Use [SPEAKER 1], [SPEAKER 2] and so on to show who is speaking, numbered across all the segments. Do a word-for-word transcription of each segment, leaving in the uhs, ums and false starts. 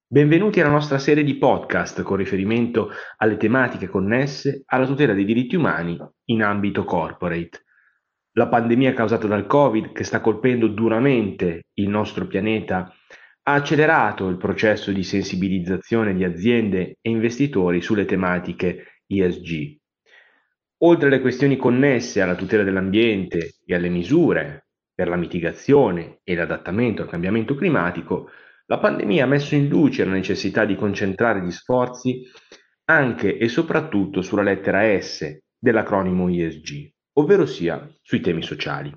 [SPEAKER 1] Benvenuti alla nostra serie di podcast con riferimento alle tematiche connesse alla tutela dei diritti umani in ambito corporate. La pandemia causata dal Covid, che sta colpendo duramente il nostro pianeta, ha accelerato il processo di sensibilizzazione di aziende e investitori sulle tematiche E S G. Oltre alle questioni connesse alla tutela dell'ambiente e alle misure per la mitigazione e l'adattamento al cambiamento climatico, la pandemia ha messo in luce la necessità di concentrare gli sforzi anche e soprattutto sulla lettera S dell'acronimo E S G, ovvero sia sui temi sociali.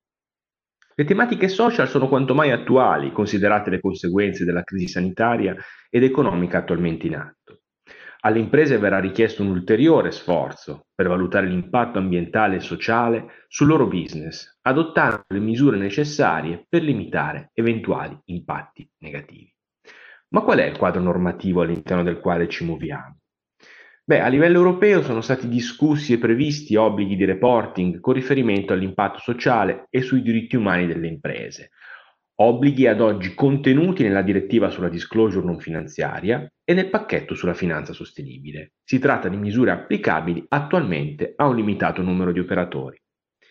[SPEAKER 1] Le tematiche social sono quanto mai attuali, considerate le conseguenze della crisi sanitaria ed economica attualmente in atto. Alle imprese verrà richiesto un ulteriore sforzo per valutare l'impatto ambientale e sociale sul loro business, adottando le misure necessarie per limitare eventuali impatti negativi. Ma qual è il quadro normativo all'interno del quale ci muoviamo? Beh, a livello europeo sono stati discussi e previsti obblighi di reporting con riferimento all'impatto sociale e sui diritti umani delle imprese, obblighi ad oggi contenuti nella direttiva sulla disclosure non finanziaria e nel pacchetto sulla finanza sostenibile. Si tratta di misure applicabili attualmente a un limitato numero di operatori.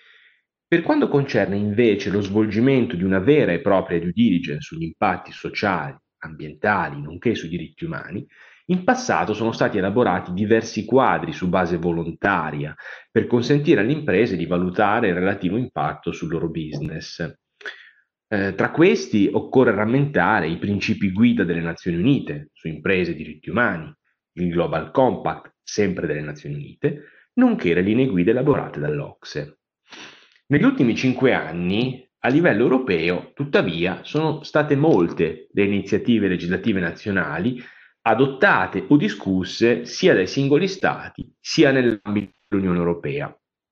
[SPEAKER 1] Per quanto concerne invece lo svolgimento di una vera e propria due diligence sugli impatti sociali, ambientali, nonché sui diritti umani, in passato sono stati elaborati diversi quadri su base volontaria per consentire alle imprese di valutare il relativo impatto sul loro business. Eh, tra questi occorre rammentare i principi guida delle Nazioni Unite su imprese e diritti umani, il Global Compact, sempre delle Nazioni Unite, nonché le linee guida elaborate dall'Ocse. Negli ultimi cinque anni, a livello europeo, tuttavia, sono state molte le iniziative legislative nazionali adottate o discusse sia dai singoli Stati sia nell'ambito dell'Unione Europea.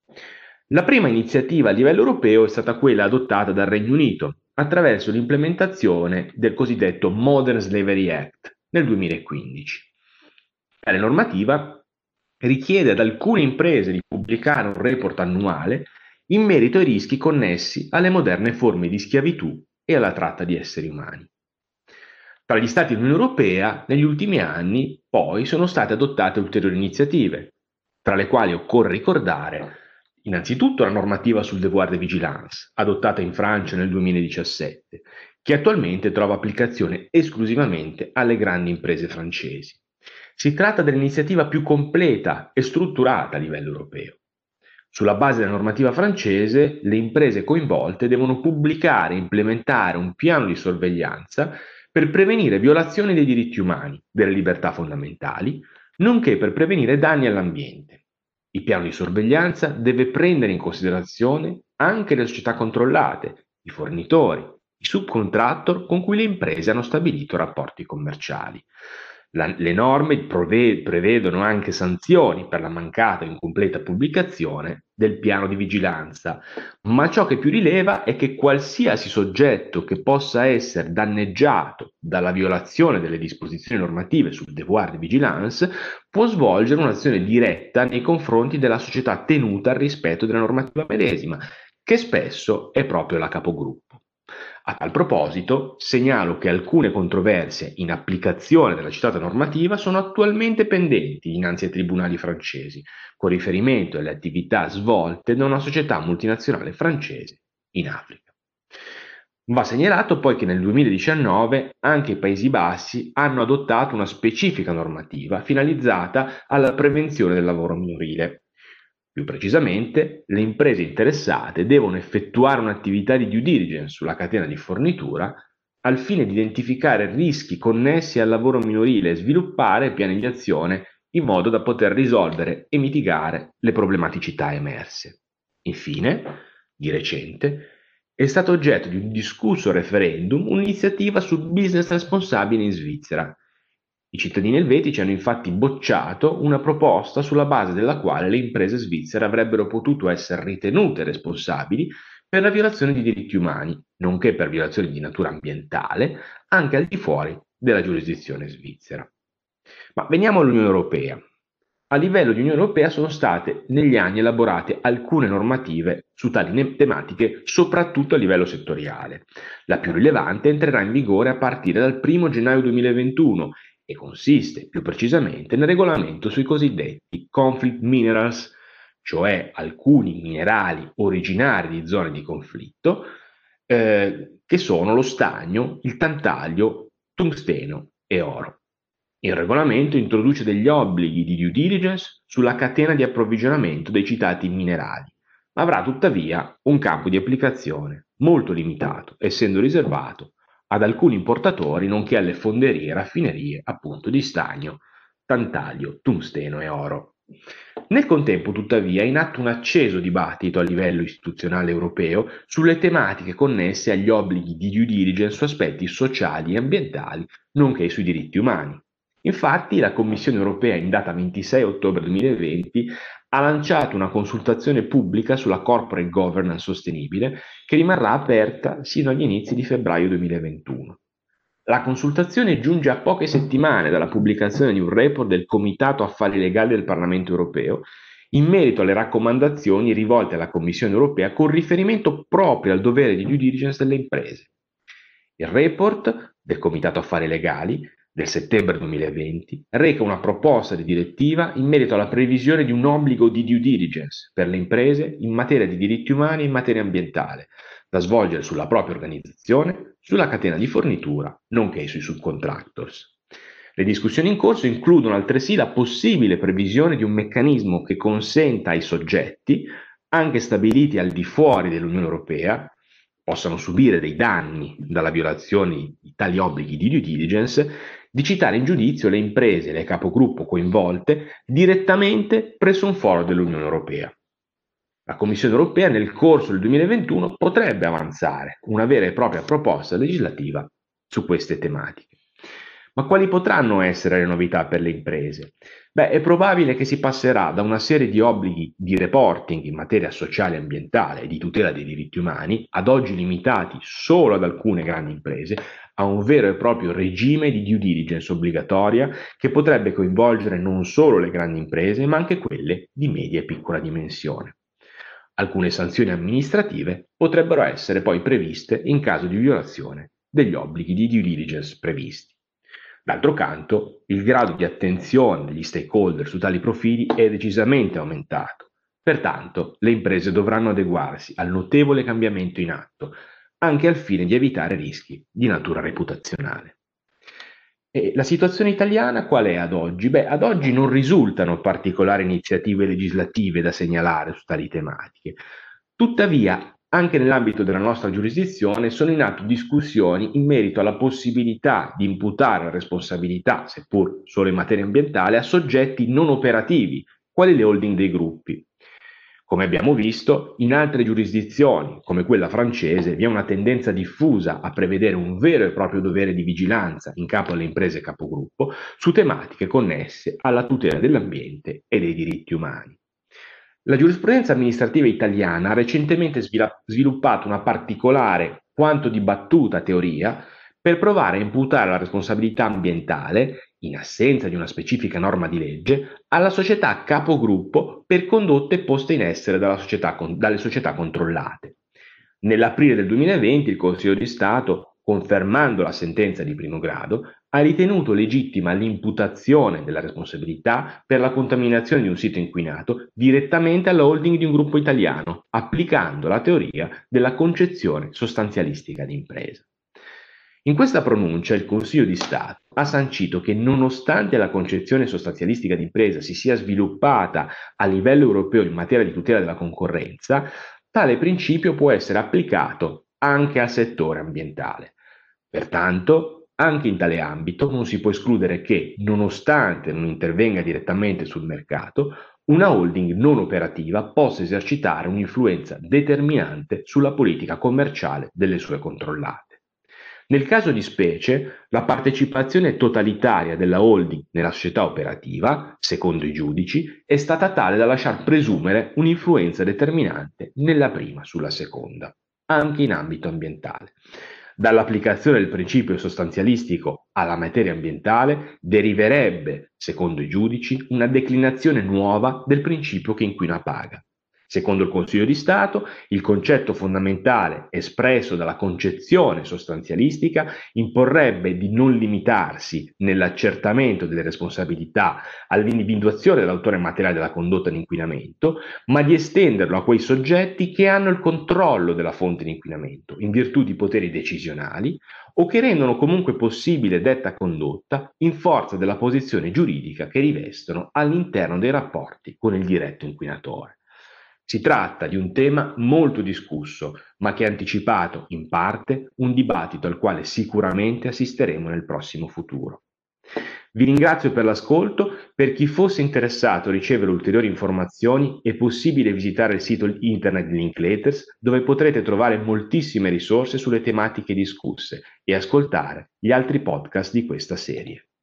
[SPEAKER 1] La prima iniziativa a livello europeo è stata quella adottata dal Regno Unito attraverso l'implementazione del cosiddetto Modern Slavery Act nel duemilaquindici. Tale normativa richiede ad alcune imprese di pubblicare un report annuale in merito ai rischi connessi alle moderne forme di schiavitù e alla tratta di esseri umani. Tra gli Stati dell'Unione Europea, negli ultimi anni, poi, sono state adottate ulteriori iniziative, tra le quali occorre ricordare innanzitutto la normativa sul devoir de vigilance, adottata in Francia nel duemiladiciassette, che attualmente trova applicazione esclusivamente alle grandi imprese francesi. Si tratta dell'iniziativa più completa e strutturata a livello europeo. Sulla base della normativa francese, le imprese coinvolte devono pubblicare e implementare un piano di sorveglianza per prevenire violazioni dei diritti umani, delle libertà fondamentali, nonché per prevenire danni all'ambiente. Il piano di sorveglianza deve prendere in considerazione anche le società controllate, i fornitori, i subcontractor con cui le imprese hanno stabilito rapporti commerciali. La, le norme prove, prevedono anche sanzioni per la mancata o incompleta pubblicazione del piano di vigilanza, ma ciò che più rileva è che qualsiasi soggetto che possa essere danneggiato dalla violazione delle disposizioni normative sul devoir de vigilance può svolgere un'azione diretta nei confronti della società tenuta al rispetto della normativa medesima, che spesso è proprio la capogruppo. A tal proposito, segnalo che alcune controversie in applicazione della citata normativa sono attualmente pendenti dinanzi ai tribunali francesi, con riferimento alle attività svolte da una società multinazionale francese in Africa. Va segnalato poi che nel duemiladiciannove anche i Paesi Bassi hanno adottato una specifica normativa finalizzata alla prevenzione del lavoro minorile. Più precisamente, le imprese interessate devono effettuare un'attività di due diligence sulla catena di fornitura al fine di identificare rischi connessi al lavoro minorile e sviluppare piani di azione in modo da poter risolvere e mitigare le problematicità emerse. Infine, di recente, è stato oggetto di un discusso referendum un'iniziativa sul business responsabile in Svizzera. I cittadini elvetici hanno infatti bocciato una proposta sulla base della quale le imprese svizzere avrebbero potuto essere ritenute responsabili per la violazione di diritti umani, nonché per violazioni di natura ambientale, anche al di fuori della giurisdizione svizzera. Ma veniamo all'Unione Europea. A livello di Unione Europea sono state negli anni elaborate alcune normative su tali ne- tematiche, soprattutto a livello settoriale. La più rilevante entrerà in vigore a partire dal primo gennaio duemilaventuno e consiste più precisamente nel regolamento sui cosiddetti conflict minerals, cioè alcuni minerali originari di zone di conflitto, eh, che sono lo stagno, il tantalio, tungsteno e oro. Il regolamento introduce degli obblighi di due diligence sulla catena di approvvigionamento dei citati minerali, ma avrà tuttavia un campo di applicazione molto limitato, essendo riservato ad alcuni importatori nonché alle fonderie e raffinerie appunto di stagno, tantalio, tungsteno e oro. Nel contempo, tuttavia, è in atto un acceso dibattito a livello istituzionale europeo sulle tematiche connesse agli obblighi di due diligence su aspetti sociali e ambientali, nonché sui diritti umani. Infatti, la Commissione europea, in data ventisei ottobre duemilaventi, ha lanciato una consultazione pubblica sulla corporate governance sostenibile che rimarrà aperta sino agli inizi di febbraio duemilaventuno. La consultazione giunge a poche settimane dalla pubblicazione di un report del Comitato Affari Legali del Parlamento europeo in merito alle raccomandazioni rivolte alla Commissione europea con riferimento proprio al dovere di due diligence delle imprese. Il report del Comitato Affari Legali del settembre duemilaventi reca una proposta di direttiva in merito alla previsione di un obbligo di due diligence per le imprese in materia di diritti umani e in materia ambientale, da svolgere sulla propria organizzazione, sulla catena di fornitura, nonché sui subcontractors. Le discussioni in corso includono altresì la possibile previsione di un meccanismo che consenta ai soggetti, anche stabiliti al di fuori dell'Unione Europea, possano subire dei danni dalla violazione di tali obblighi di due diligence, di citare in giudizio le imprese e le capogruppo coinvolte direttamente presso un foro dell'Unione Europea. La Commissione europea nel corso del duemilaventuno potrebbe avanzare una vera e propria proposta legislativa su queste tematiche. Ma quali potranno essere le novità per le imprese? Beh, è probabile che si passerà da una serie di obblighi di reporting in materia sociale e ambientale e di tutela dei diritti umani, ad oggi limitati solo ad alcune grandi imprese, a un vero e proprio regime di due diligence obbligatoria che potrebbe coinvolgere non solo le grandi imprese, ma anche quelle di media e piccola dimensione. Alcune sanzioni amministrative potrebbero essere poi previste in caso di violazione degli obblighi di due diligence previsti. D'altro canto, il grado di attenzione degli stakeholder su tali profili è decisamente aumentato. Pertanto, le imprese dovranno adeguarsi al notevole cambiamento in atto, anche al fine di evitare rischi di natura reputazionale. E la situazione italiana qual è ad oggi? Beh, ad oggi non risultano particolari iniziative legislative da segnalare su tali tematiche. Tuttavia, anche nell'ambito della nostra giurisdizione sono in atto discussioni in merito alla possibilità di imputare la responsabilità, seppur solo in materia ambientale, a soggetti non operativi, quali le holding dei gruppi. Come abbiamo visto, in altre giurisdizioni, come quella francese, vi è una tendenza diffusa a prevedere un vero e proprio dovere di vigilanza in capo alle imprese capogruppo su tematiche connesse alla tutela dell'ambiente e dei diritti umani. La giurisprudenza amministrativa italiana ha recentemente sviluppato una particolare quanto dibattuta teoria per provare a imputare la responsabilità ambientale, in assenza di una specifica norma di legge, alla società capogruppo per condotte poste in essere dalla società, dalle società controllate. Nell'aprile del duemilaventi il Consiglio di Stato, confermando la sentenza di primo grado, ha ritenuto legittima l'imputazione della responsabilità per la contaminazione di un sito inquinato direttamente alla holding di un gruppo italiano, applicando la teoria della concezione sostanzialistica di impresa. In questa pronuncia il Consiglio di Stato ha sancito che nonostante la concezione sostanzialistica di impresa si sia sviluppata a livello europeo in materia di tutela della concorrenza, tale principio può essere applicato anche al settore ambientale. Pertanto, anche in tale ambito non si può escludere che, nonostante non intervenga direttamente sul mercato, una holding non operativa possa esercitare un'influenza determinante sulla politica commerciale delle sue controllate. Nel caso di specie, la partecipazione totalitaria della holding nella società operativa, secondo i giudici, è stata tale da lasciar presumere un'influenza determinante nella prima sulla seconda, anche in ambito ambientale. Dall'applicazione del principio sostanzialistico alla materia ambientale deriverebbe, secondo i giudici, una declinazione nuova del principio che inquina paga. Secondo il Consiglio di Stato, il concetto fondamentale espresso dalla concezione sostanzialistica imporrebbe di non limitarsi nell'accertamento delle responsabilità all'individuazione dell'autore materiale della condotta di inquinamento, ma di estenderlo a quei soggetti che hanno il controllo della fonte di inquinamento in virtù di poteri decisionali o che rendono comunque possibile detta condotta in forza della posizione giuridica che rivestono all'interno dei rapporti con il diretto inquinatore. Si tratta di un tema molto discusso, ma che ha anticipato, in parte, un dibattito al quale sicuramente assisteremo nel prossimo futuro. Vi ringrazio per l'ascolto. Per chi fosse interessato a ricevere ulteriori informazioni è possibile visitare il sito internet di Linklaters, dove potrete trovare moltissime risorse sulle tematiche discusse e ascoltare gli altri podcast di questa serie.